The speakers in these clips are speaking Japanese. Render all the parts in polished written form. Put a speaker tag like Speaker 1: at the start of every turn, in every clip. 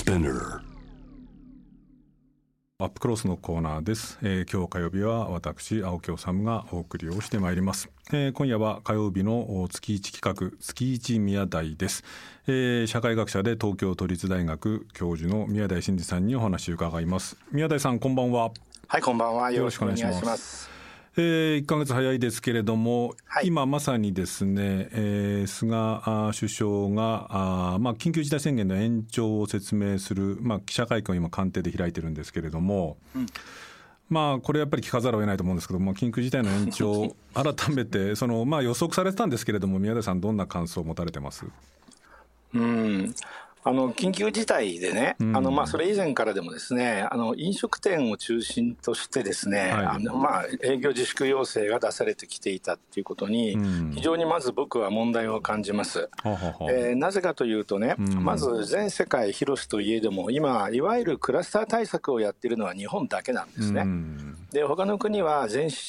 Speaker 1: Spinner。
Speaker 2: アップクロスのコーナーです。今日火曜日は私青木治がお送りをしてまいります。今夜は火曜日の月1企画月1宮台です。社会学者で東京都立大学教授の宮台真司さんにお話を伺います。宮台さん、こんばんは。
Speaker 3: はい、こんばんは。よろしくお願いします。
Speaker 2: 1ヶ月早いですけれども、はい、今まさにですね、菅首相が緊急事態宣言の延長を説明する、記者会見を今官邸で開いてるんですけれども、これやっぱり聞かざるを得ないと思うんですけども、緊急事態の延長改めて予測されてたんですけれども、宮台さんどんな感想を持たれてます？
Speaker 3: 緊急事態でね、それ以前からでもですね、飲食店を中心としてですね、営業自粛要請が出されてきていたということに、非常にまず僕は問題を感じます。なぜかというとね、まず全世界広しといえども、今、いわゆるクラスター対策をやっているのは日本だけなんですね。で、他の国は全部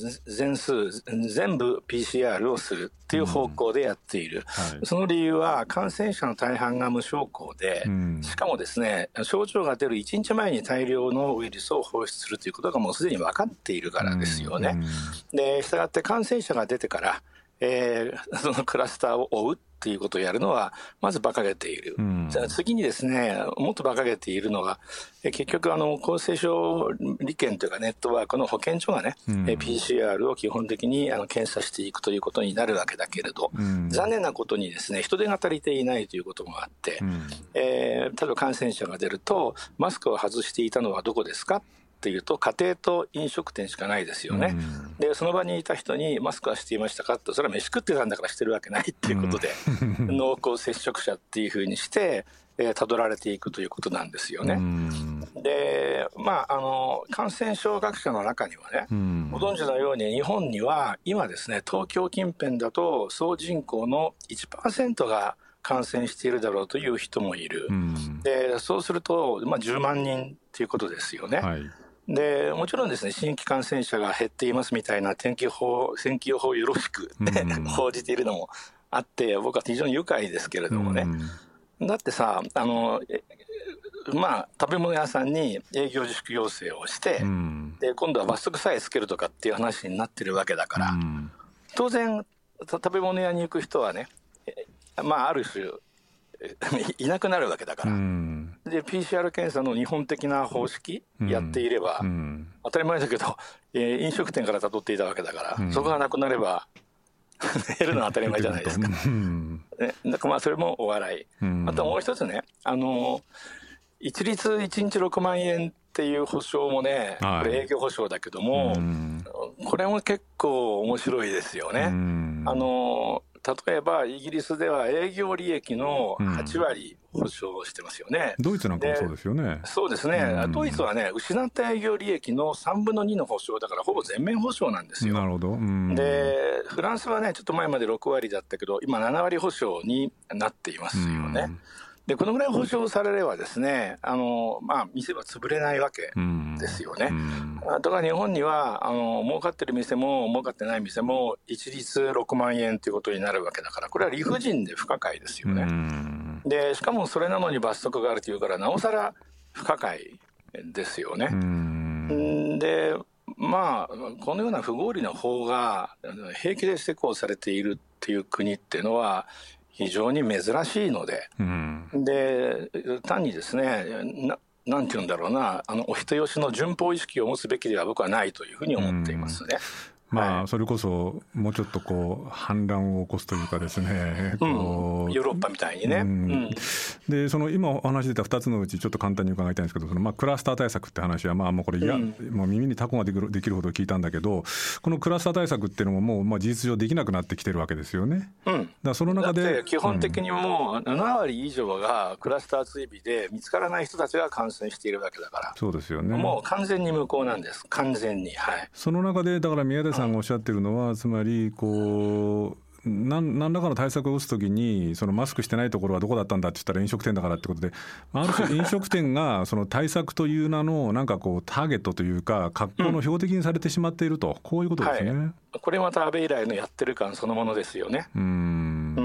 Speaker 3: PCR をするっていう方向でやっている。その理由は感染者の大半が無症候で、しかもですね、症状が出る1日前に大量のウイルスを放出するということがもうすでに分かっているからですよね。で、したがって感染者が出てから、そのクラスターを追うっていうことをやるのはまず馬鹿げている。次にですね、もっと馬鹿げているのが、結局厚生省利権というかネットワークの保健所がね、PCR を基本的に検査していくということになるわけだけれど、残念なことにですね、人手が足りていないということもあって、例えば感染者が出るとマスクを外していたのはどこですかっていうと、家庭と飲食店しかないですよね。で、その場にいた人にマスクはしていましたかと、それは飯食ってたんだからしてるわけないっていうことで、濃厚接触者っていうふうにしてたどられていくということなんですよね。で、感染症学者の中にはね、ご存知のように日本には今ですね、東京近辺だと総人口の 1% が感染しているだろうという人もいる。で、そうすると、10万人ということですよね。で、もちろんですね、新規感染者が減っていますみたいな天気予報よろしく報じているのもあって、僕は非常に愉快ですけれどもね。だってさ、食べ物屋さんに営業自粛要請をして、で、今度は罰則さえつけるとかっていう話になってるわけだから、当然食べ物屋に行く人はね、ある種いなくなるわけだから、で PCR 検査の日本的な方式やっていれば、当たり前だけど、飲食店から辿っていたわけだから、そこがなくなれば減るのは当たり前じゃないですか。だからそれもお笑い。あともう一つね、一律1日6万円っていう保証もね、これ営業保証だけども、これも結構面白いですよね。例えばイギリスでは営業利益の8割保証してますよね。
Speaker 2: ドイツなんかもそうですよね。
Speaker 3: そうですね。ドイツはね、失った営業利益の3分の2の保証だから、ほぼ全面保証なんですよ。
Speaker 2: なるほど。
Speaker 3: で、フランスはね、ちょっと前まで6割だったけど、今7割保証になっていますよね。で、このぐらい保証されればですね、店は潰れないわけですよね。だから日本には儲かってる店も儲かってない店も一律6万円ということになるわけだから、これは理不尽で不可解ですよね。で、しかもそれなのに罰則があるというから、なおさら不可解ですよね。で、このような不合理な法が平気で施行されているっていう国っていうのは非常に珍しいので、で、単にですね、なんていうんだろうな、お人よしの順法意識を持つべきでは僕はないというふうに思っていますね。
Speaker 2: それこそもうちょっと反乱を起こすというかですね、
Speaker 3: ヨーロッパみたいにね。
Speaker 2: で、今お話出た2つのうちちょっと簡単に伺いたいんですけど、クラスター対策って話はもうこれもう耳にタコができるほど聞いたんだけど、このクラスター対策っていうのももう事実上できなくなってきてるわけですよね。だからその中で
Speaker 3: だって基本的にもう7割以上がクラスター追尾で見つからない人たちが感染しているわけだから。
Speaker 2: そうですよね。
Speaker 3: もう完全に無効なんです。完全に。
Speaker 2: その中でだから宮台さんがおっしゃってるのは、つまり何らかの対策を打つときに、そのマスクしてないところはどこだったんだって言ったら飲食店だからってことで、ある種飲食店がその対策という名のターゲットというか格好の標的にされてしまっていると、こういうことですね。
Speaker 3: これまた安倍以来のやってる感そのものですよね。何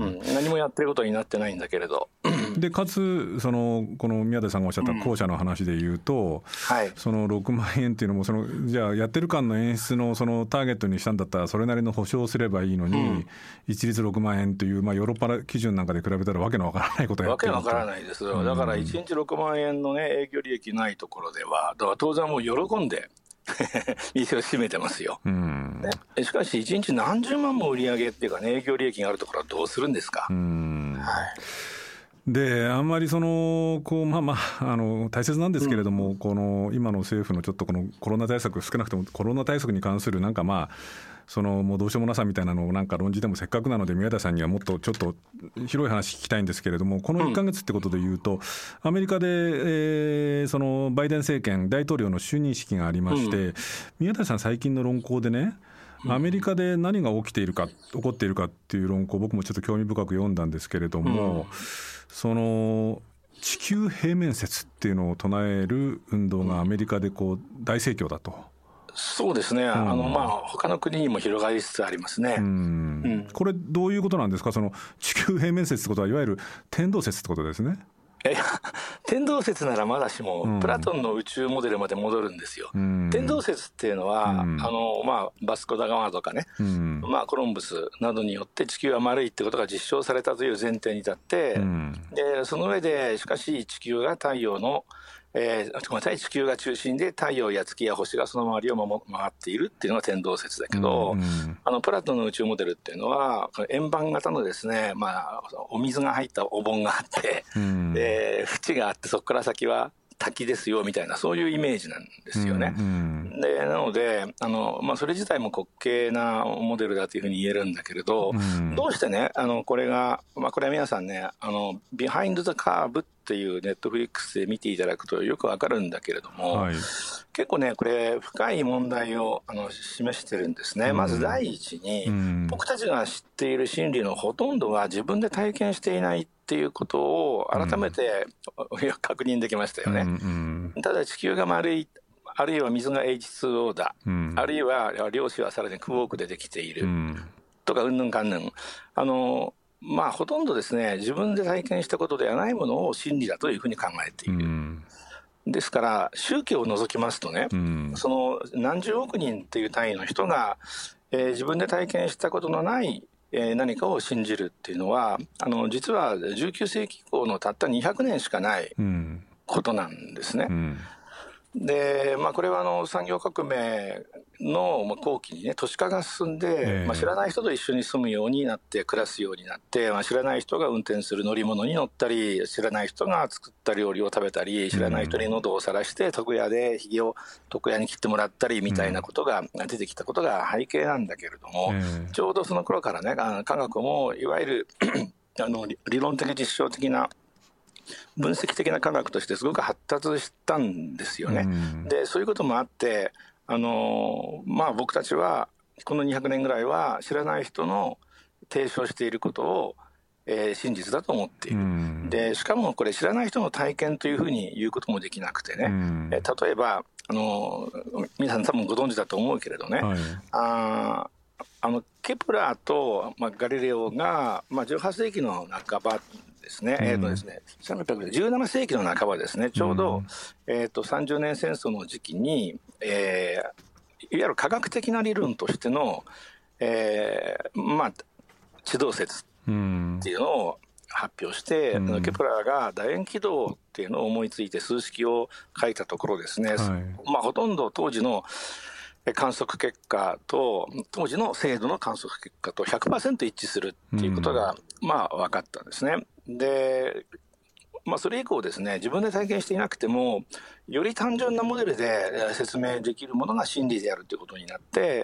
Speaker 3: 何もやってることになってないんだけれど
Speaker 2: でかつこの宮台さんがおっしゃった後者の話で言うと、その6万円っていうのもじゃあやってる感の演出のそのターゲットにしたんだったらそれなりの保証をすればいいのに、一律6万円という、ヨーロッパ基準なんかで比べたらわけのわからないことをやってる。
Speaker 3: わけのわからないですよ。だから1日6万円のね営業利益ないところではだから当然もう喜んで店を閉めてますよ、ね、しかし1日何十万も売り上げっていうかね営業利益があるところはどうするんですか。
Speaker 2: であんまり大切なんですけれども、この今の政府のちょっとこのコロナ対策、少なくともコロナ対策に関するもうどうしようもなさみたいなのを論じてもせっかくなので宮台さんにはもっとちょっと広い話聞きたいんですけれども、この1ヶ月ってことでいうと、アメリカで、そのバイデン政権大統領の就任式がありまして、宮台さん最近の論考でね、アメリカで何が起こっているかっていう論考を僕もちょっと興味深く読んだんですけれども、地球平面説っていうのを唱える運動がアメリカで大盛況だと。
Speaker 3: そうですね、他の国にも広がりつつありますね。
Speaker 2: これどういうことなんですか。地球平面説ってことはいわゆる天動説ってことですね。
Speaker 3: 天動説ならまだしも、プラトンの宇宙モデルまで戻るんですよ。天動説っていうのは、バスコ・ダ・ガマとかね、コロンブスなどによって地球は丸いってことが実証されたという前提に立って、でその上でしかし地球が太陽の地球が中心で太陽や月や星がその周りを回っているっていうのが天動説だけど、プラトンの宇宙モデルっていうのは円盤型のですね、お水が入ったお盆があって、縁があってそこから先は滝ですよみたいなそういうイメージなんですよね。でなのでそれ自体も滑稽なモデルだというふうに言えるんだけれど、どうしてねこれは皆さんねビハインド・ザ・カーブっていうネットフリックスで見ていただくとよくわかるんだけれども、結構ねこれ深い問題を示してるんですね。まず第一に、僕たちが知っている真理のほとんどは自分で体験していないっていうことを改めて、確認できましたよね。ただ地球が丸い、あるいは水が H2O だ、あるいは量子はさらにクォークでできている、とかうんぬんかんぬんほとんどですね自分で体験したことではないものを真理だというふうに考えている。ですから宗教を除きますとね、その何十億人っていう単位の人が、自分で体験したことのない何かを信じるっていうのは実は19世紀以降のたった200年しかないことなんですね。でこれは産業革命の後期にね都市化が進んで、知らない人と一緒に住むようになって暮らすようになって、知らない人が運転する乗り物に乗ったり、知らない人が作った料理を食べたり、知らない人に喉を晒して床屋でひげを床屋に切ってもらったりみたいなことが出てきたことが背景なんだけれども、ちょうどその頃からね科学もいわゆる理論的実証的な分析的な科学としてすごく発達したんですよね。でそういうこともあって僕たちはこの200年ぐらいは知らない人の提唱していることを、真実だと思っている。でしかもこれ知らない人の体験というふうに言うこともできなくてね、例えば皆さん多分ご存知だと思うけれどね、ケプラーと、ガリレオが、18世紀の半ばですね、17世紀の半ばですね、ちょうど、30年戦争の時期に、いわゆる科学的な理論としての、地動説っていうのを発表して、ケプラーが楕円軌道っていうのを思いついて数式を書いたところですね、ほとんど当時の観測結果と当時の精度の観測結果と 100% 一致するっていうことが分かったんですね。でそれ以降ですね自分で体験していなくてもより単純なモデルで説明できるものが真理であるということになって、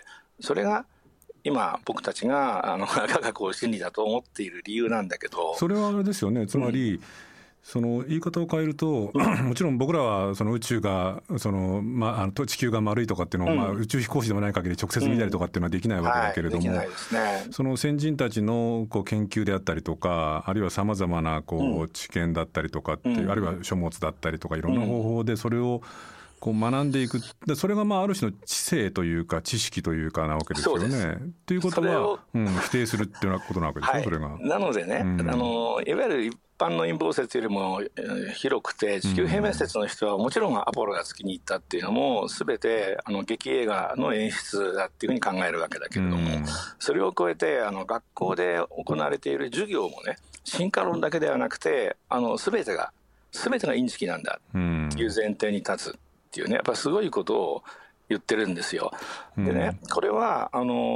Speaker 3: それが今僕たちが科学を真理だと思っている理由なんだけど、
Speaker 2: それはあれですよね。つまり、その言い方を変えると、もちろん僕らはその宇宙が地球が丸いとかっていうのを、宇宙飛行士でもない限り直接見たりとかっていうのはできないわけだけれども、その先人たちの研究であったりとか、あるいはさまざまな知見だったりとかっていう、あるいは書物だったりとかいろんな方法でそれをこう学んでいく、でそれがある種の知性というか知識というかなわけですよね。ということは、否定するっていうようなことなわけですよ、それが。
Speaker 3: なのでね、いわゆる一般の陰謀説よりも広くて、地球平面説の人はもちろんアポロが月に行ったっていうのも全て劇映画の演出だっていうふうに考えるわけだけれども、それを超えて学校で行われている授業もね、進化論だけではなくて全てがインチキなんだっていう前提に立つっていうね、やっぱりすごいことを言ってるんですよ。でね、これは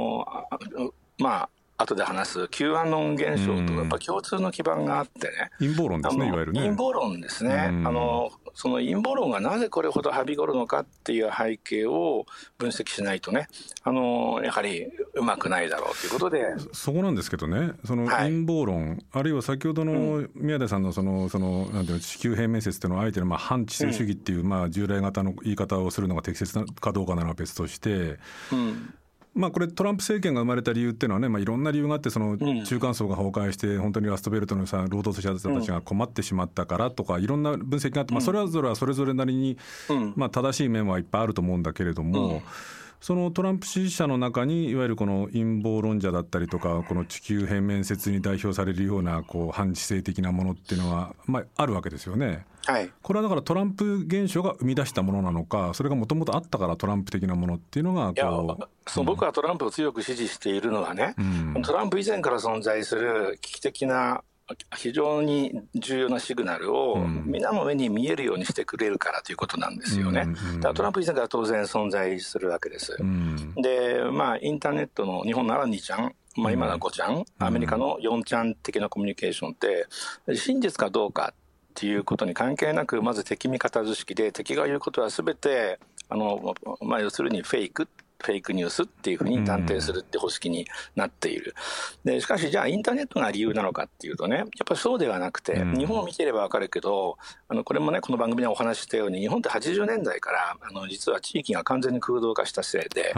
Speaker 3: 後で話す Q アノン現象とやっぱ共通の基盤があってね、
Speaker 2: 陰謀論ですね、いわゆるね。
Speaker 3: 陰謀論ですね。その陰謀論がなぜこれほどはびこるのかっていう背景を分析しないとね、やはりうまくないだろうということで。
Speaker 2: そこなんですけどね、その陰謀論、あるいは先ほどの宮出さんのなんていうの、地球平面説っていうのはあえて反知性主義っていう従来型の言い方をするのが適切かどうかなのは別として、これトランプ政権が生まれた理由っていうのはね、いろんな理由があって、その中間層が崩壊して本当にラストベルトの労働者たちが困ってしまったからとかいろんな分析があって、それぞれはそれぞれなりに正しい面はいっぱいあると思うんだけれども、そのトランプ支持者の中にいわゆるこの陰謀論者だったりとか、この地球平面説に代表されるような反知性的なものっていうのはあるわけですよね。これはだからトランプ現象が生み出したものなのか、それがもともとあったからトランプ的なものっていうのが
Speaker 3: 僕はトランプを強く支持しているのはね、トランプ以前から存在する危機的な非常に重要なシグナルを皆の目に見えるようにしてくれるからということなんですよね。だからトランプ以前から当然存在するわけです。で、インターネットの日本なら2ちゃん、今のは5ちゃん、アメリカの4ちゃん的なコミュニケーションって真実かどうかっていうことに関係なく、まず敵味方図式で、敵が言うことは全て要するにフェイクニュースっていうふうに断定するって方式になっている。でしかしじゃあインターネットが理由なのかっていうとね、やっぱりそうではなくて、日本を見ていれば分かるけど、これもねこの番組でお話ししたように、日本って80年代から実は地域が完全に空洞化したせいで、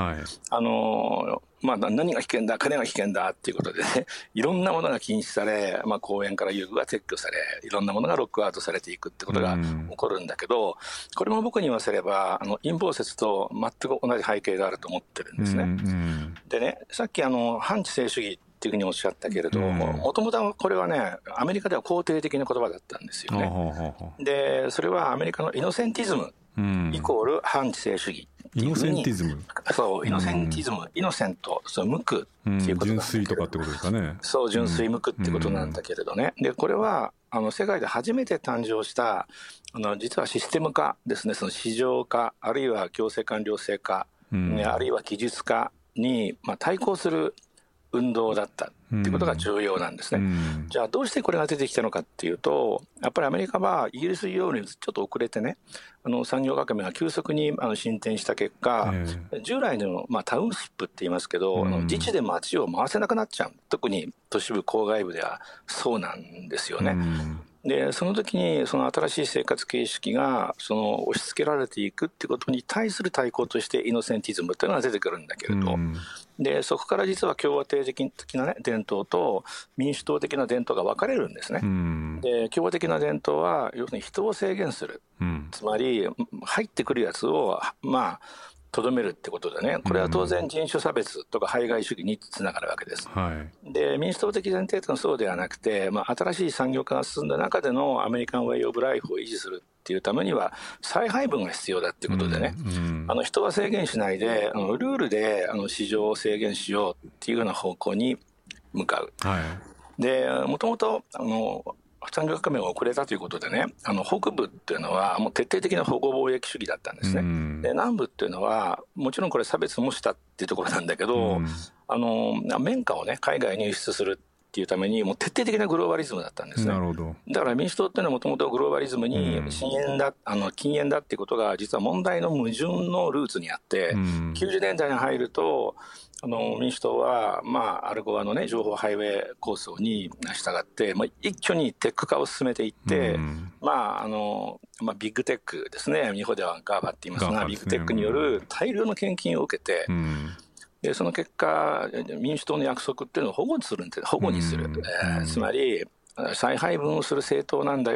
Speaker 3: 何が危険だ、金が危険だっていうことでね、いろんなものが禁止され、公園から遊具が撤去され、いろんなものがロックアウトされていくってことが起こるんだけど、これも僕に言わせれば陰謀説と全く同じ背景があると思ってるんですね。でね、さっき反知性主義っていうふうにおっしゃったけれども、もともとこれはねアメリカでは肯定的な言葉だったんですよね。でそれはアメリカのイノセンティズムイコール反知性主義。
Speaker 2: イノセンティズム。
Speaker 3: そう、イノセンティズム、イノセント、無垢っていうことなんだけど、純
Speaker 2: 粋とかってことですかね。
Speaker 3: そう、純粋無垢ってことなんだけれどね。でこれは世界で初めて誕生した実はシステム化ですね。その市場化、あるいは行政官僚制化、あるいは技術化に対抗する運動だったっていうことが重要なんですね。じゃあどうしてこれが出てきたのかっていうと、やっぱりアメリカはイギリスよりちょっと遅れてね、産業革命が急速に進展した結果、従来のタウンシップって言いますけど、自治で街を回せなくなっちゃう。特に都市部郊外部ではそうなんですよね。でその時にその新しい生活形式が押し付けられていくっていうことに対する対抗としてイノセンティズムっていうのが出てくるんだけれど、でそこから実は共和定的な、ね、伝統と民主党的な伝統が分かれるんですね。で共和的な伝統は要するに人を制限する、つまり入ってくるやつをとどめるってことでね、これは当然人種差別とか排外主義につながるわけです。で民主党的前提というのはそうではなくて、新しい産業化が進んだ中でのアメリカンウェイオブライフを維持するっていうためには再配分が必要だっていうことでね、人は制限しないでルールで市場を制限しようっていうような方向に向かう。でもともと産業革命が遅れたということでね、北部っていうのはもう徹底的な保護貿易主義だったんですね。で南部っていうのはもちろんこれ差別もしたっていうところなんだけど、綿花をね海外に輸出するっていうためにもう徹底的なグローバリズムだったんですね。だから民主党っていうのはもともとグローバリズムに禁煙だっていうことが実は問題の矛盾のルーツにあって、90年代に入ると民主党は、アルゴアの、ね、情報ハイウェイ構想に従って、一挙にテック化を進めていって、ビッグテックですね、日本ではガーバって言いますが、ビッグテックによる大量の献金を受けて、でその結果民主党の約束っていうのを保護にする、つまり再配分をする政党なんだよ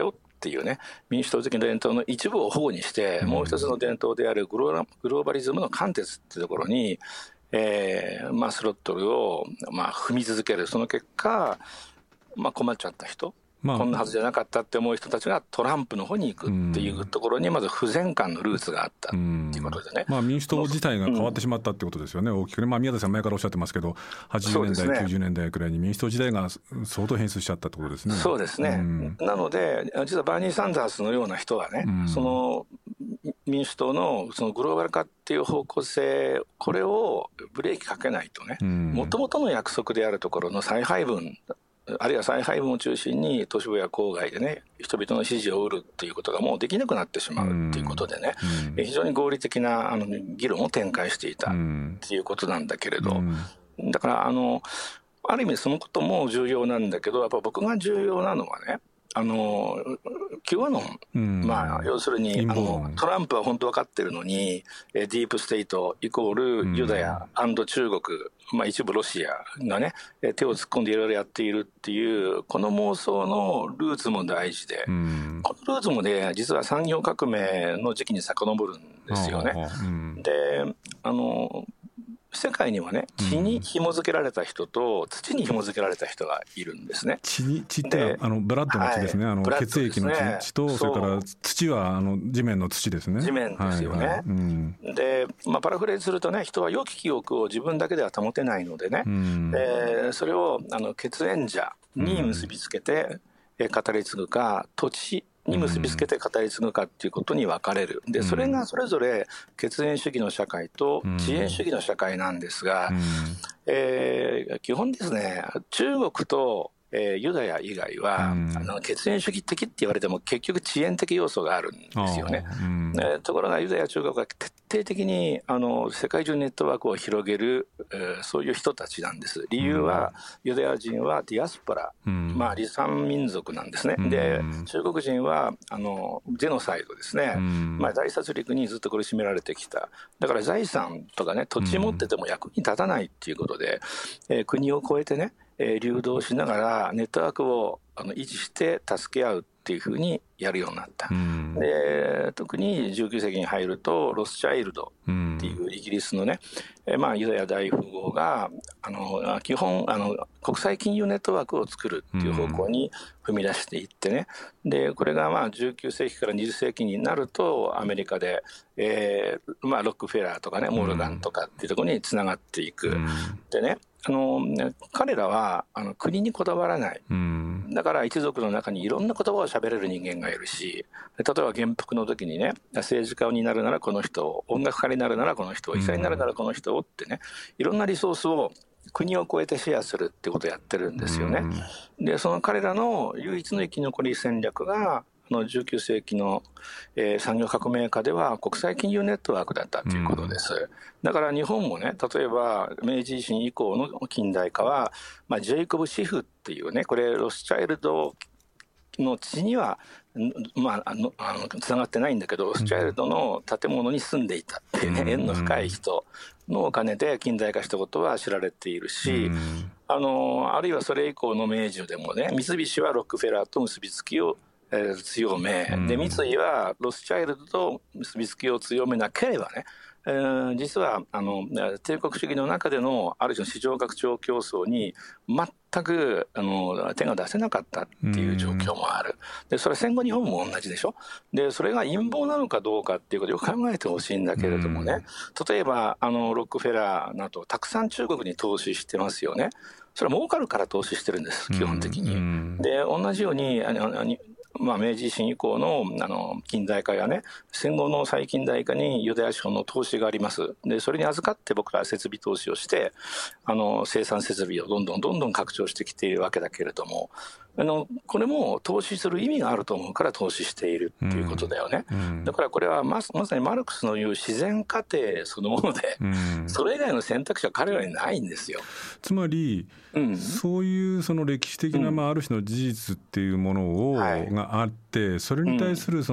Speaker 3: っていうね、民主党的な伝統の一部を保護にして、もう一つの伝統であるグローバリズムの貫徹っていうところに、スロットルを踏み続ける。その結果、困っちゃった人、こんなはずじゃなかったって思う人たちがトランプの方に行くっていうところにまず不全感のルーツがあったっていうことでね、
Speaker 2: 民主党自体が変わってしまったってことですよね、大きくね。宮田さん前からおっしゃってますけど、80年代、ね、90年代くらいに民主党自体が相当変質しちゃったってことですね。
Speaker 3: そうですね、なので実はバーニー・サンダースのような人はね、その民主党のそのグローバル化っていう方向性、これをブレーキかけないとね、もともとの約束であるところの再配分、あるいは再配分を中心に都市部や郊外でね、人々の支持を得るっていうことがもうできなくなってしまうっていうことでね、非常に合理的な議論を展開していたっていうことなんだけれど、だからある意味そのことも重要なんだけど、やっぱ僕が重要なのはね、Q アノン、要するにトランプは本当分かってるのに、ディープステートイコールユダヤ&中国、一部ロシアがね手を突っ込んでいろいろやっているっていうこの妄想のルーツも大事で、このルーツもね実は産業革命の時期に遡るんですよね。で世界にはね、血に紐付けられた人と土に紐付けられた人がいるんですね。
Speaker 2: 血ってブラッドの血ですね、血液の 血と、それから土は地面の土ですね。
Speaker 3: 地面ですよね。で、パラフレーズするとね、人は良き記憶を自分だけでは保てないのでね、それを血縁者に結びつけて語り継ぐか、土地に結びつけて語り継ぐかっていうことに分かれる。でそれがそれぞれ血縁主義の社会と地縁主義の社会なんですが、基本ですね、中国とユダヤ以外は、血縁主義的って言われても結局地縁的要素があるんですよね。ところがユダヤ中国は徹底的に世界中ネットワークを広げる、そういう人たちなんです。理由は、ユダヤ人はディアスポラ、離散民族なんですね。で中国人はジェノサイドですね、大殺戮にずっと苦しめられてきた。だから財産とかね、土地持ってても役に立たないっていうことで、国を越えてね流動しながらネットワークを維持して助け合うっていうふうにやるようになった。で特に19世紀に入るとロスチャイルドっていうイギリスのね、ユダヤ大富豪が基本国際金融ネットワークを作るっていう方向に踏み出していってね、でこれが19世紀から20世紀になるとアメリカで、ロックフェラーとかねモルガンとかっていうところにつながっていく。でね彼らは国にこだわらない。だから一族の中にいろんな言葉を喋れる人間がいるし、例えば元服の時にね、政治家になるならこの人を、音楽家になるならこの人を、医者になるならこの人をってね、いろんなリソースを国を越えてシェアするってことをやってるんですよね。でその彼らの唯一の生き残り戦略が19世紀の、産業革命下では国際金融ネットワークだったということです。だから日本もね、例えば明治維新以降の近代化は、ジェイコブ・シフっていうね、これロスチャイルドの地にはつながってないんだけど、ロスチャイルドの建物に住んでいたっていうね、縁の深い人のお金で近代化したことは知られているし、あるいはそれ以降の明治でもね、三菱はロックフェラーと結びつきを強め、で三井はロスチャイルドと結びつきを強めなければね、実は帝国主義の中でのある種の市場拡張競争に全く手が出せなかったっていう状況もある。でそれは戦後日本も同じでしょ。でそれが陰謀なのかどうかっていうことをよく考えてほしいんだけれどもね、例えばロックフェラーなどたくさん中国に投資してますよね。それは儲かるから投資してるんです、基本的に。で同じように明治維新以降の近代化やね、戦後の再近代化にユダヤ資本の投資があります。でそれに預かって僕らは設備投資をして生産設備をどんどん拡張してきているわけだけれども、これも投資する意味があると思うから投資しているっていうことだよね。だからこれはまさにマルクスの言う自然過程そのもので、それ以外の選択肢は彼らにないんですよ。
Speaker 2: つまり、そういうその歴史的な、ある種の事実っていうものがあって、それに対するその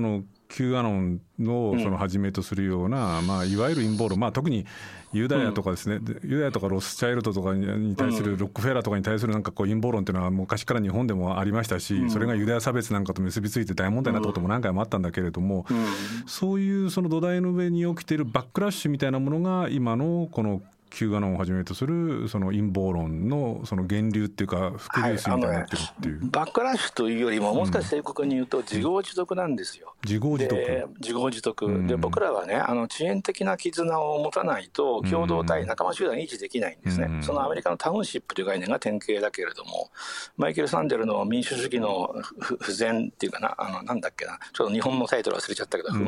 Speaker 2: Q アノンをはじめとするような、いわゆる陰謀論、特にユダヤとかですね、ユダヤとかロスチャイルドとかに対する、ロックフェラーとかに対するなんかこう陰謀論っていうのは昔から日本でもありましたし、それがユダヤ差別なんかと結びついて大問題になったことも何回もあったんだけれども、そういうその土台の上に起きているバックラッシュみたいなものが今のこのQ アノンをはじめとするその陰謀論のその源流っていうか伏流水みたいになってるっていう、
Speaker 3: バックラッシュというよりももう少し正確に言うと自業自得なんですよ。
Speaker 2: 自業自得。
Speaker 3: 自業自得で、僕らはね遅延的な絆を持たないと共同体、仲間集団に維持できないんですね。そのアメリカのタウンシップという概念が典型だけれども、マイケル・サンデルの民主主義の不全っていうかな、なんだっけな、ちょっと日本のタイトル忘れちゃったけど、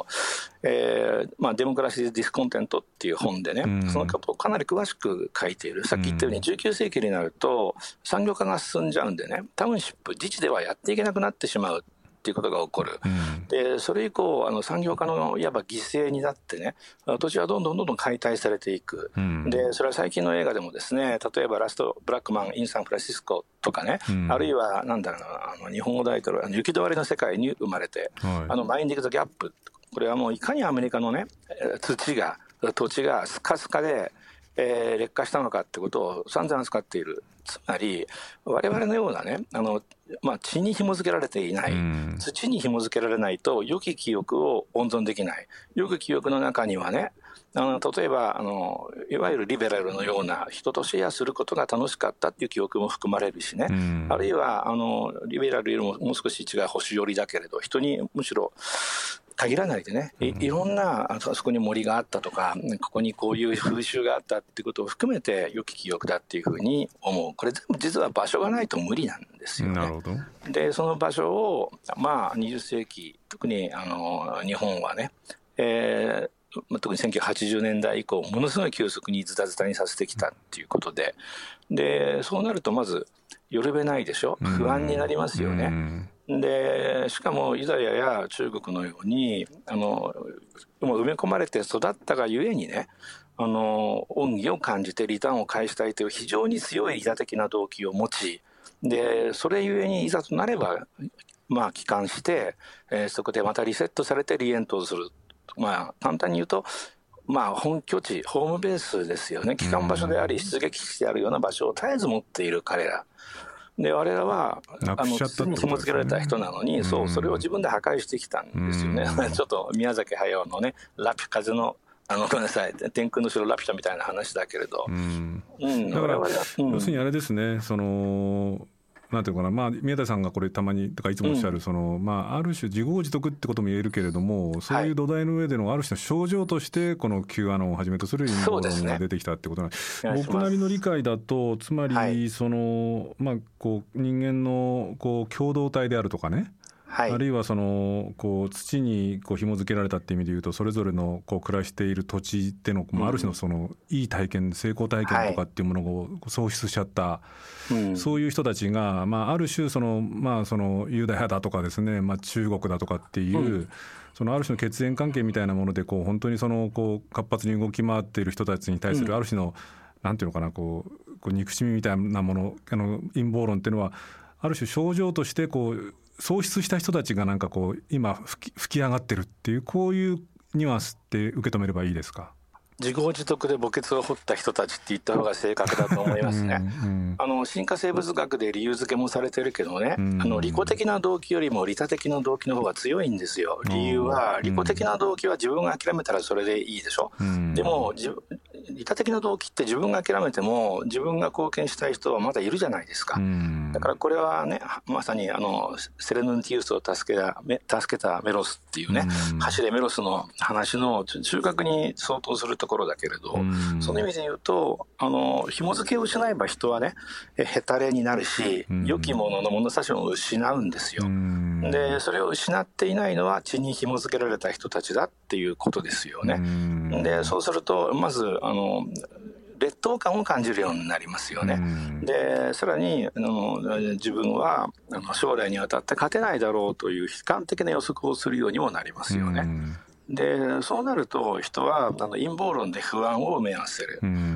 Speaker 3: デモクラシー・ディスコンテントっていう本でね、そのことをかなり詳しく書いている。さっき言ったように19世紀になると産業化が進んじゃうんでね、タウンシップ自治ではやっていけなくなってしまうっていうことが起こる。でそれ以降産業化のいわば犠牲になってね、土地はどんどん解体されていく。でそれは最近の映画でもですね、例えばラストブラックマン・イン・サンフランシスコとかね、あるいはなんだろうな、日本語タイトル雪どわりの世界に生まれて、マインディング・ザ・ギャップ、これはもういかにアメリカのね土地がスカスカで劣化したのかってことを散々扱っている。つまり我々のようなね地に紐付けられていない、土に紐付けられないと良き記憶を温存できない。良き記憶の中にはね、例えばいわゆるリベラルのような人とシェアすることが楽しかったっていう記憶も含まれるしね、あるいはリベラルよりももう少し違う保守寄りだけれど、人にむしろ限らないでね、いろんなあそこに森があったとか、ここにこういう風習があったっていうことを含めて良き記憶だっていうふうに思う。これ全部実は場所がないと無理なんですよね。
Speaker 2: なるほど。
Speaker 3: でその場所を20世紀特に日本はね、特に1980年代以降ものすごい急速にズタズタにさせてきたっていうことで、そうなるとまずよるべないでしょ、不安になりますよね。でしかもユダヤや中国のようにもう埋め込まれて育ったがゆえにね、恩義を感じてリターンを返したいという非常に強い利他的な動機を持ち、でそれゆえにいざとなれば帰還して、そこでまたリセットされてリエントをする。簡単に言うと本拠地ホームベースですよね。帰還場所であり出撃地であるような場所を絶えず持っている彼らで、我々は土に紐付けられた人なのに、それを自分で破壊してきたんですよね。ちょっと宮崎駿のね風のごめんなさい、天空の城ラピュタみたいな話だけれど、
Speaker 2: だから要するにあれですね、なんていうかな、宮田さんがこれたまにとかいつもおっしゃる、ある種自業自得ってことも言えるけれども、そういう土台の上でのある種の症状としてこの Q アノンをはじめとする陰謀論が出てきたってことなんです。僕なりの理解だと、つまりこう人間のこう共同体であるとかね、あるいはこう土にこう紐付けられたっていう意味でいうと、それぞれのこう暮らしている土地でのある種のいい体験、成功体験とかっていうものを創出しちゃった、そういう人たちが、ある種ユダヤだとかですね、中国だとかっていう、ある種の血縁関係みたいなもので本当にこう活発に動き回っている人たちに対するある種のなんていうのかな、こう憎しみみたいなもの、陰謀論っていうのはある種症状として喪失した人たちがなんか今吹き上がってるっていう、こういうニュアンスって受け止めればいいですか？
Speaker 3: 自業自得で墓穴を掘った人たちって言った方が正確だと思いますね。進化生物学で理由付けもされてるけどね、利己的な動機よりも利他的な動機の方が強いんですよ。理由は利己的な動機は自分が諦めたらそれでいいでしょ。でも利他的な動機って自分が諦めても自分が貢献したい人はまだいるじゃないですか。だからこれはね、まさにセレヌンティウスを助けたメロスっていうね、走れメロスの話の中核に相当するところだけれど、その意味で言うと紐付けを失えば人はねヘタレになるし、良きものの物差しを失うんですよ。でそれを失っていないのは血に紐付けられた人たちだっていうことですよね。でそうするとまず劣等感を感じるようになりますよね。でさらに自分は将来にわたって勝てないだろうという悲観的な予測をするようにもなりますよね。でそうなると人は陰謀論で不安を埋め合わせる。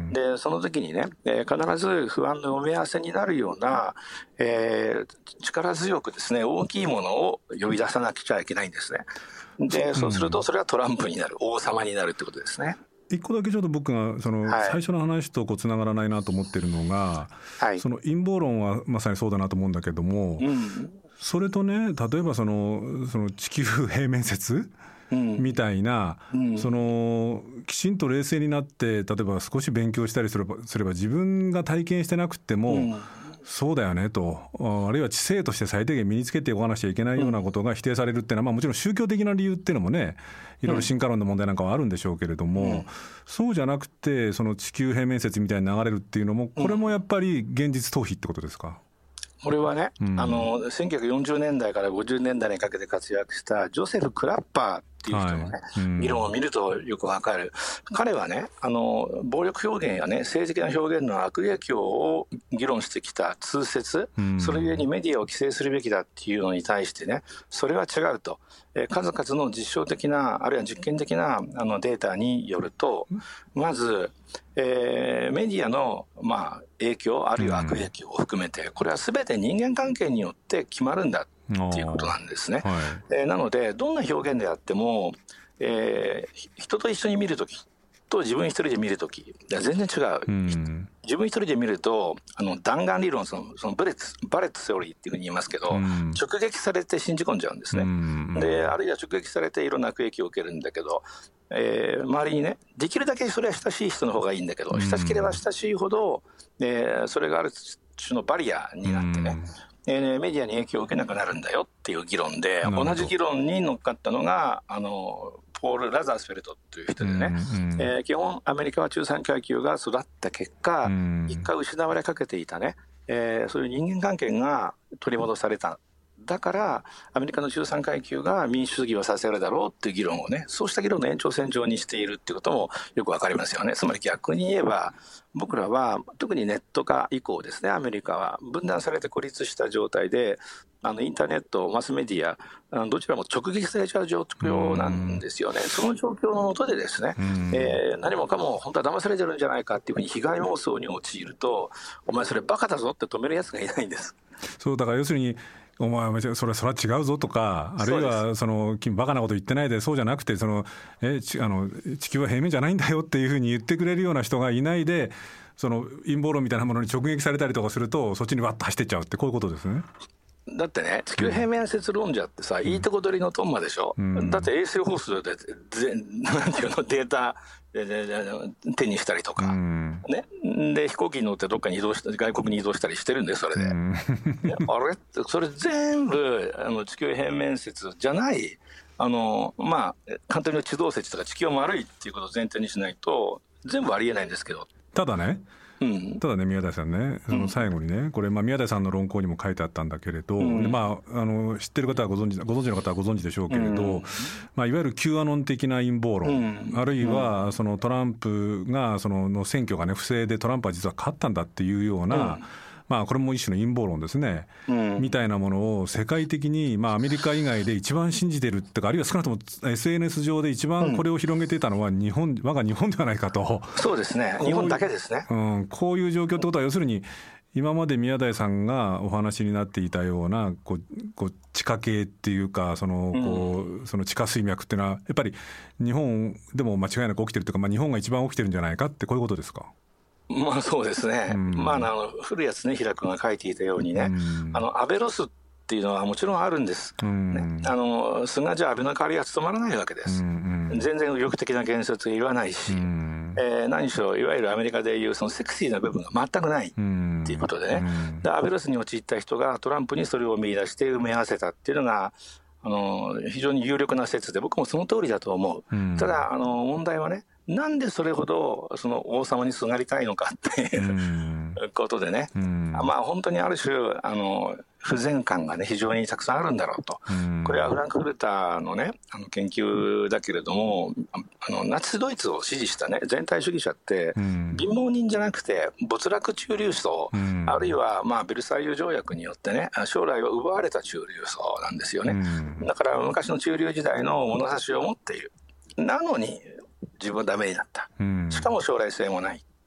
Speaker 3: でその時にね、必ず不安の埋め合わせになるような、力強くですね大きいものを呼び出さなくちゃいけないんですね。でそうするとそれはトランプになる、王様になるってことですね。
Speaker 2: 一個だけちょっと僕が最初の話とつながらないなと思ってるのが、その陰謀論はまさにそうだなと思うんだけども、それとね、例えばその地球平面説みたいな、きちんと冷静になって例えば少し勉強したりすれば自分が体験してなくても、そうだよねと、あるいは知性として最低限身につけておかなきゃいけないようなことが否定されるっていうのは、もちろん宗教的な理由っていうのもね、いろいろ進化論の問題なんかはあるんでしょうけれども、そうじゃなくてその地球平面説みたいに流れるっていうのも、これもやっぱり現実逃避ってことですか？
Speaker 3: これはね、1940年代から50年代にかけて活躍したジョセフ・クラッパーっていう人のね、議論を見るとよくわかる。彼はね、暴力表現やね、政治的な表現の悪影響を議論してきた通説、それゆえにメディアを規制するべきだっていうのに対してね、それは違うと。数々の実証的なあるいは実験的なデータによると、まず、メディアの影響あるいは悪影響を含めて、これは全て人間関係によって決まるんだっていうことなんですね。なのでどんな表現であっても、人と一緒に見るときと自分一人で見るとき全然違う。自分一人で見ると弾丸理論、そのバレットセオリーっていうふうに言いますけど、直撃されて信じ込んじゃうんですね。であるいは直撃されていろんな悪影響を受けるんだけど、周りにね、できるだけそれは親しい人の方がいいんだけど、親しければ親しいほど、それがある種のバリアになってね、メディアに影響を受けなくなるんだよっていう議論で、同じ議論に乗っかったのがポール・ラザースフェルトという人でね、基本アメリカは中産階級が育った結果、一回失われかけていたね、そういう人間関係が取り戻された。だからアメリカの中産階級が民主主義をさせるだろうっていう議論をね、そうした議論の延長線上にしているっていうこともよくわかりますよね。つまり逆に言えば、僕らは特にネット化以降ですね、アメリカは分断されて孤立した状態で、インターネット、マスメディア、どちらも直撃されちゃう状況なんですよね。その状況の下でですね、何もかも本当は騙されてるんじゃないかっていうふうに被害妄想に陥ると、お前それバカだぞって止めるやつがいないんです。
Speaker 2: そうだから要するに、お前それは違うぞとか、あるいは君バカなこと言ってないで、そうじゃなくて地球は平面じゃないんだよっていうふうに言ってくれるような人がいないで、陰謀論みたいなものに直撃されたりとかすると、そっちにわっと走ってっちゃうって、こういうことですね。
Speaker 3: だってね、地球平面説論者ってさ、いいとこ取りのトンマでしょ、だって衛星放送でなんていうの、データ手にしたりとか、ね、で飛行機に乗ってどっかに外国に移動したりしてるんで、それで、あれってそれ全部地球平面説じゃない、簡単に言う地動説とか地球は丸いっていうことを前提にしないと全部ありえないんですけど、
Speaker 2: ただね、宮台さんね、最後にね、これ宮台さんの論考にも書いてあったんだけれど、知ってる方はご存知の方はご存知でしょうけれど、いわゆる Q アノン的な陰謀論、あるいはトランプがの選挙がね不正でトランプは実は勝ったんだっていうような、これも一種の陰謀論ですね、みたいなものを世界的に、アメリカ以外で一番信じてるってか、あるいは少なくとも SNS 上で一番これを広げていたのは我が日本ではないかと。そうですね、日本だけですね。こういう状況ってことは、要するに今まで宮台さんがお話になっていたような地下系っていうか、その地下水脈っていうのはやっぱり日本でも間違いなく起きてるというか、日本が一番起きてるんじゃないかって、こういうことですか？
Speaker 3: そうですね、古谷恒平君が書いていたようにね、安倍ロスっていうのはもちろんあるんです、菅じゃ安倍の代わりは務まらないわけです、全然右翼的な言説言わないし、何しろいわゆるアメリカでいうそのセクシーな部分が全くないっていうことでね、で安倍ロスに陥った人がトランプにそれを見出して埋め合わせたっていうのが非常に有力な説で、僕もその通りだと思う。ただ問題はね、なんでそれほどその王様にすがりたいのかっていうことでね、本当にある種不全感がね非常にたくさんあるんだろうと。これはフランクフルターのね研究だけれども、ナチスドイツを支持したね全体主義者って貧乏人じゃなくて没落中流層、あるいはベルサイユ条約によってね将来を奪われた中流層なんですよね。だから昔の中流時代の物差しを持っている、なのに自分はダメになった、しかも将来性もないって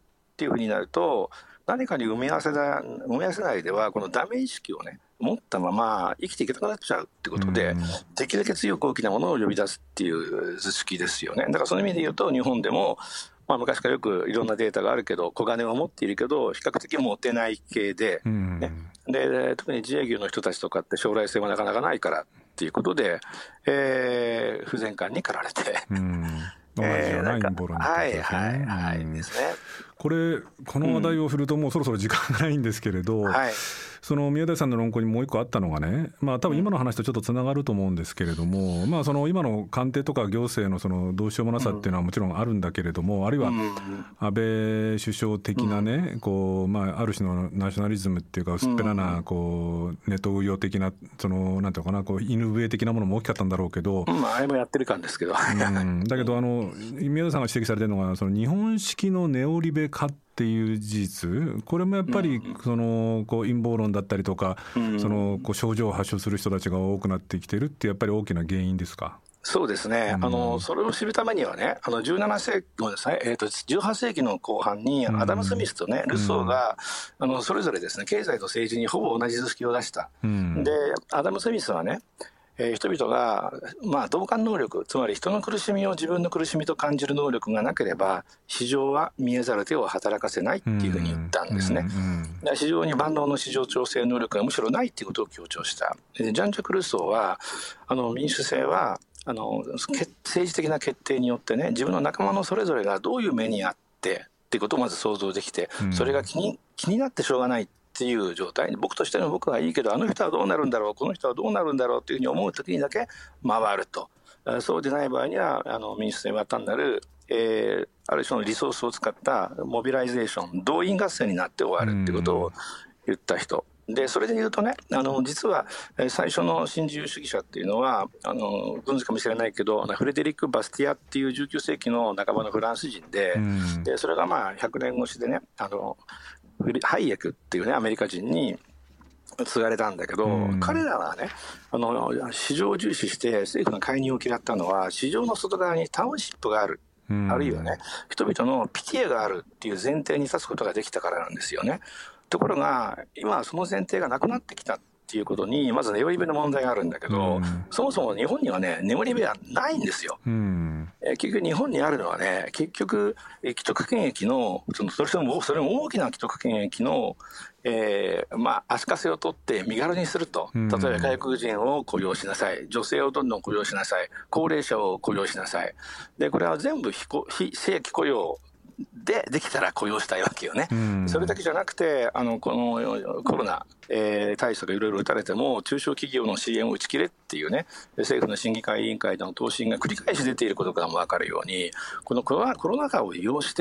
Speaker 3: っていうふうになると、何かに埋め合わせないではこのダメ意識をね持ったまま生きていけなくなっちゃうってことで、できるだけ強く大きなものを呼び出すっていう図式ですよね。だからその意味で言うと日本でも、昔からよくいろんなデータがあるけど小金を持っているけど比較的持てない系で、ね、で特に自営業の人たちとかって将来性はなかなかないからっていうことで、不全感に駆られて
Speaker 2: 同じような陰謀論になってますね。この話題を振るともうそろそろ時間がないんですけれど、その宮台さんの論考にもう一個あったのがね、多分今の話とちょっとつながると思うんですけれども、その今の官邸とか行政のそのどうしようもなさっていうのはもちろんあるんだけれども、あるいは安倍首相的なね、ある種のナショナリズムっていうか薄っぺらなネトウヨ的ななんていうのかな、犬笛的なものも大きかったんだろうけど、
Speaker 3: あれもやってる感ですけど
Speaker 2: だけど宮台さんが指摘されてるのがその日本式のネオリベ化っていう事実、これもやっぱりその陰謀論だったりとか、その症状を発症する人たちが多くなってきてるってやっぱり大きな原因ですか。
Speaker 3: そうですね、それを知るためにはね、18世紀の後半にアダム・スミスとね、ルソーがそれぞれですね経済と政治にほぼ同じ図式を出した。でアダム・スミスはね、人々が、同感能力、つまり人の苦しみを自分の苦しみと感じる能力がなければ市場は見えざる手を働かせないっていうふうに言ったんですね。市場に万能の市場調整能力がむしろないっていうことを強調した。ジャン・ジャック・ルソーは民主制は政治的な決定によってね、自分の仲間のそれぞれがどういう目にあってっていうことをまず想像できて、それが気になってしょうがないっていう状態に、僕としての僕はいいけどあの人はどうなるんだろう、この人はどうなるんだろうというふうに思う時にだけ回ると。そうでない場合には民主制は単なる、ある種のリソースを使ったモビライゼーション、動員合戦になって終わるっていうことを言った人で、それで言うとね、実は最初の新自由主義者っていうのはご存知かもしれないけどフレデリック・バスティアっていう19世紀の半ばのフランス人で、それが100年越しでねハイエクっていうねアメリカ人に継がれたんだけど、彼らはね市場を重視して政府が介入を嫌ったのは市場の外側にタウンシップがある、あるいはね人々のピティエがあるっていう前提に立つことができたからなんですよね。ところが今はその前提がなくなってきたっていうことにまずネオリベの問題があるんだけど、そもそも日本にはねネオリベはないんですよ。結局日本にあるのはね、既得権益のそれも大きな既得権益の足かせを取って身軽にすると、例えば外国人を雇用しなさい、女性をどんどん雇用しなさい、高齢者を雇用しなさい。でこれは全部非正規雇用できたら雇用したいわけよね。それだけじゃなくてこのコロナ、対策がいろいろ打たれても中小企業の支援を打ち切れっていうね政府の審議会委員会での答申が繰り返し出ていることからも分かるように、このコロナ禍を利用して、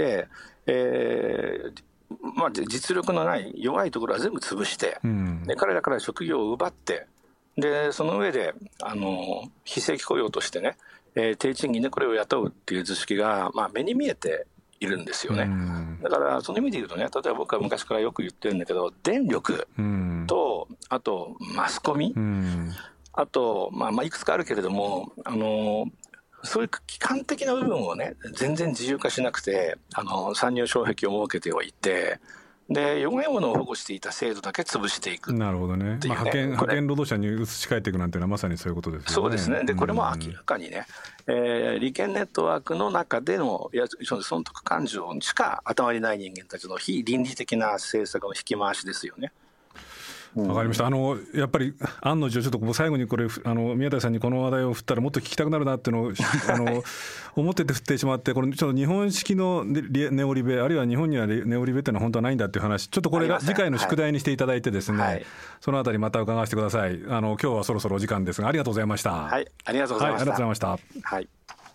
Speaker 3: 実力のない弱いところは全部潰して、で彼らから職業を奪って、でその上で非正規雇用としてね、低賃金でこれを雇うっていう図式が、目に見えているんですよね。だからその意味で言うとね、例えば僕は昔からよく言ってるんだけど、電力とあとマスコミ、あと、いくつかあるけれどもそういう基幹的な部分をね全然自由化しなくて参入障壁を設けておいて、で弱いものを保護していた制度だけ潰していく。
Speaker 2: なるほどね。派遣労働者に移し替えていくなんていうのはまさにそういうことですよね。
Speaker 3: そうですね。でこれも明らかにね、利権ネットワークの中での損得感情しか頭にない人間たちの非倫理的な政策の引き回しですよね。
Speaker 2: わかりました。やっぱり案の定ちょっと最後にこれ宮台さんにこの話題を振ったらもっと聞きたくなるなっていうのを思ってて振ってしまって、これちょっと日本式のネオリベ、あるいは日本にはネオリベっていうのは本当はないんだっていう話、ちょっとこれ次回の宿題にしていただいてですね、そのあたりまた伺わせてください。今日はそろそろお時間ですが、ありがとうございました。
Speaker 3: はい、ありがとうございました。
Speaker 2: ありがとうございました。
Speaker 3: はい。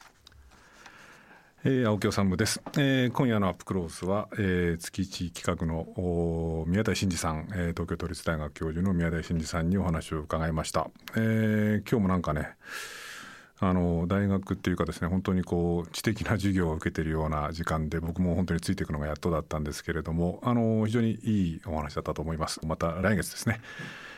Speaker 2: 青木治です。今夜のアップクロースは、月1企画の宮台真司さん、東京都立大学教授の宮台真司さんにお話を伺いました。今日もなんかね大学っていうかですね、本当に知的な授業を受けているような時間で、僕も本当についていくのがやっとだったんですけれども、非常にいいお話だったと思います。また来月ですね、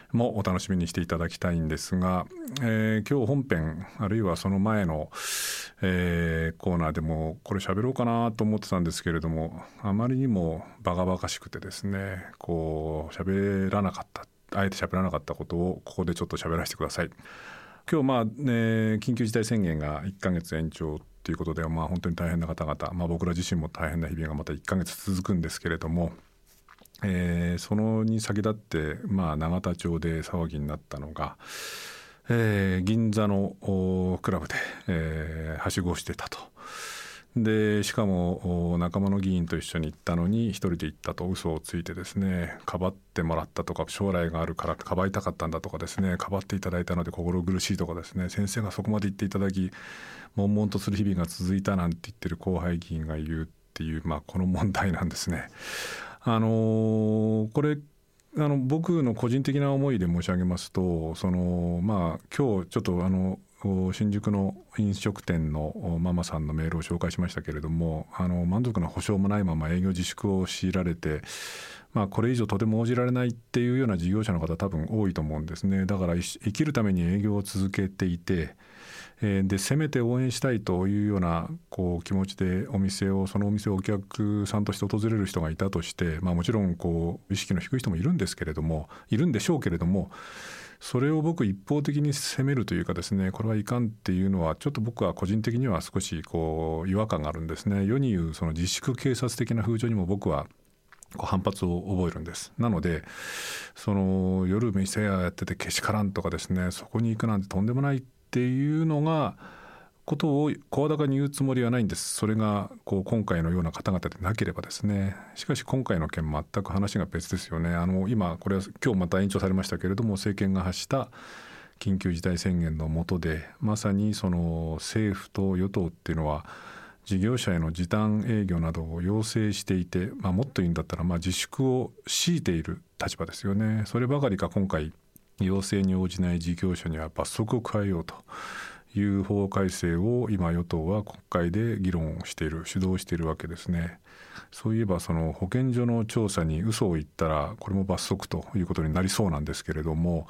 Speaker 2: もお楽しみにしていただきたいんですが、今日本編あるいはその前の、コーナーでもこれ喋ろうかなと思ってたんですけれども、あまりにもバカバカしくてですね、喋らなかった、あえて喋らなかったことをここでちょっと喋らせてください。今日緊急事態宣言が1ヶ月延長ということで、本当に大変な方々、僕ら自身も大変な日々がまた1ヶ月続くんですけれども、そのに先立って、永田町で騒ぎになったのが、銀座のクラブで、はしごしてたと。でしかも仲間の議員と一緒に行ったのに一人で行ったと嘘をついてですね、かばってもらったとか、将来があるからかばいたかったんだとかですね、かばっていただいたので心苦しいとかですね、先生がそこまで言っていただき悶々とする日々が続いたなんて言ってる後輩議員が言うっていう、この問題なんですね。これ僕の個人的な思いで申し上げますと、今日ちょっと新宿の飲食店のママさんのメールを紹介しましたけれども、満足な保証もないまま営業自粛を強いられて、これ以上とても応じられないっていうような事業者の方多分多いと思うんですね。だから生きるために営業を続けていて、でせめて応援したいというような気持ちでそのお店をお客さんとして訪れる人がいたとして、もちろん意識の低い人もいるんでしょうけれども、それを僕一方的に責めるというかですね、これはいかんっていうのはちょっと僕は個人的には少し違和感があるんですね。世に言うその自粛警察的な風潮にも僕は反発を覚えるんです。なので夜店屋やっててけしからんとかですね、そこに行くなんてとんでもないっていうことを声高に言うつもりはないんです。それが今回のような方々でなければですね。しかし今回の件全く話が別ですよね。今これは今日また延長されましたけれども、政権が発した緊急事態宣言の下でまさに政府と与党っていうのは事業者への時短営業などを要請していて、もっと言うんだったら自粛を強いている立場ですよね。そればかりか今回要請に応じない事業者には罰則を加えようという法改正を今与党は国会で議論をしている、主導しているわけですね。そういえば保健所の調査に嘘を言ったらこれも罰則ということになりそうなんですけれども、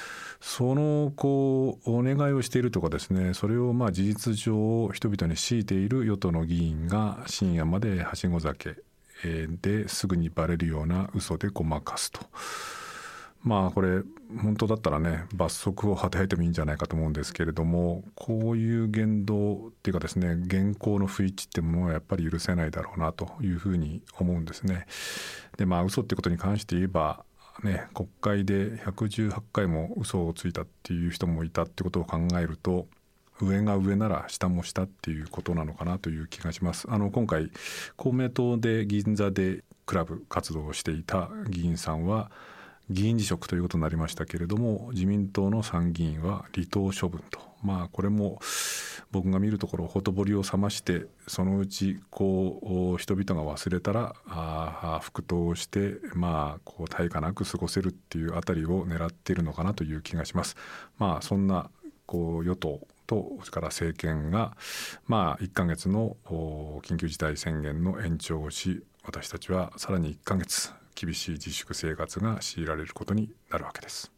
Speaker 2: お願いをしているとかですね、それを事実上人々に強いている与党の議員が深夜まではしご酒ですぐにバレるような嘘でごまかすと。これ本当だったらね、罰則を与えてもいいんじゃないかと思うんですけれども、こういう言動っていうかですね、現行の不一致ってものはやっぱり許せないだろうなというふうに思うんですね。で嘘ってことに関して言えばね、国会で118回も嘘をついたっていう人もいたってことを考えると、上が上なら下も下っていうことなのかなという気がします。今回公明党で銀座でクラブ活動をしていた議員さんは議員辞職ということになりましたけれども、自民党の参議院は離党処分と、これも僕が見るところほとぼりを冷まして、そのうち人々が忘れたら復党して対価なく過ごせるっていうあたりを狙っているのかなという気がします。そんな与党とそれから政権が1ヶ月の緊急事態宣言の延長をし、私たちはさらに1ヶ月厳しい自粛生活が強いられることになるわけです。